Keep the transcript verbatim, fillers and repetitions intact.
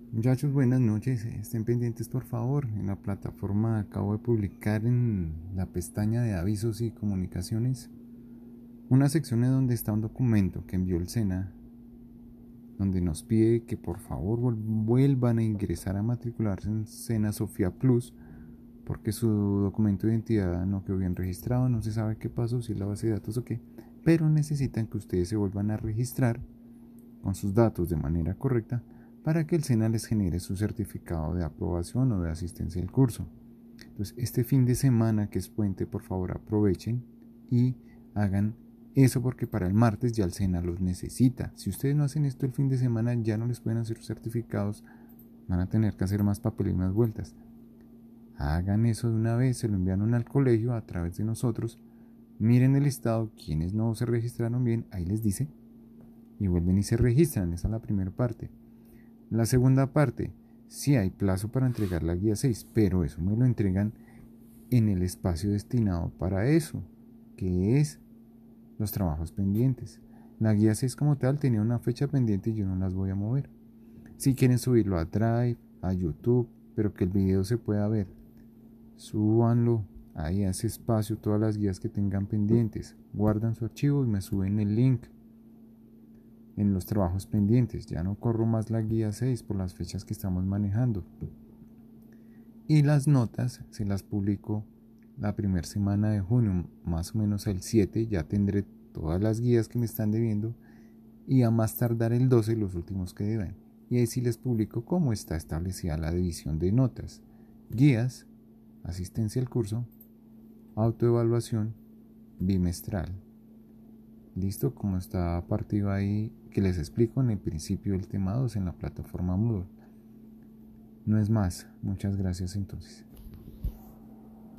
Muchachos, buenas noches. Estén pendientes, por favor. En la plataforma acabo de publicar en la pestaña de avisos y comunicaciones una sección en donde está un documento que envió el SENA, donde nos pide que por favor vuelvan a ingresar a matricularse en SENA Sofía Plus, porque su documento de identidad no quedó bien registrado, no se sabe qué pasó, si es la base de datos o qué, pero necesitan que ustedes se vuelvan a registrar con sus datos de manera correcta para que el SENA les genere su certificado de aprobación o de asistencia al curso. Entonces, este fin de semana que es puente, por favor aprovechen y hagan eso, porque para el martes ya el SENA los necesita. Si ustedes no hacen esto el fin de semana, ya no les pueden hacer certificados, van a tener que hacer más papeles y más vueltas. Hagan eso de una vez, se lo enviaron al colegio a través de nosotros. Miren el listado, quienes no se registraron bien, ahí les dice, y vuelven y se registran. Esa es la primera parte. La segunda parte, sí hay plazo para entregar la guía seis, pero eso me lo entregan en el espacio destinado para eso, que es los trabajos pendientes. La guía seis como tal tenía una fecha pendiente y yo no las voy a mover. Si quieren subirlo a Drive, a YouTube, pero que el video se pueda ver, súbanlo ahí a ese espacio, todas las guías que tengan pendientes, guardan su archivo y me suben el link en los trabajos pendientes. Ya no corro más la guía seis por las fechas que estamos manejando. Y las notas se las publico la primera semana de junio, más o menos el siete, ya tendré todas las guías que me están debiendo, y a más tardar el doce los últimos que deban. Y ahí sí les publico cómo está establecida la división de notas: guías, asistencia al curso, autoevaluación, bimestral. Listo, como está partido ahí, que les explico en el principio del tema dos en la plataforma Moodle. No es más, muchas gracias entonces.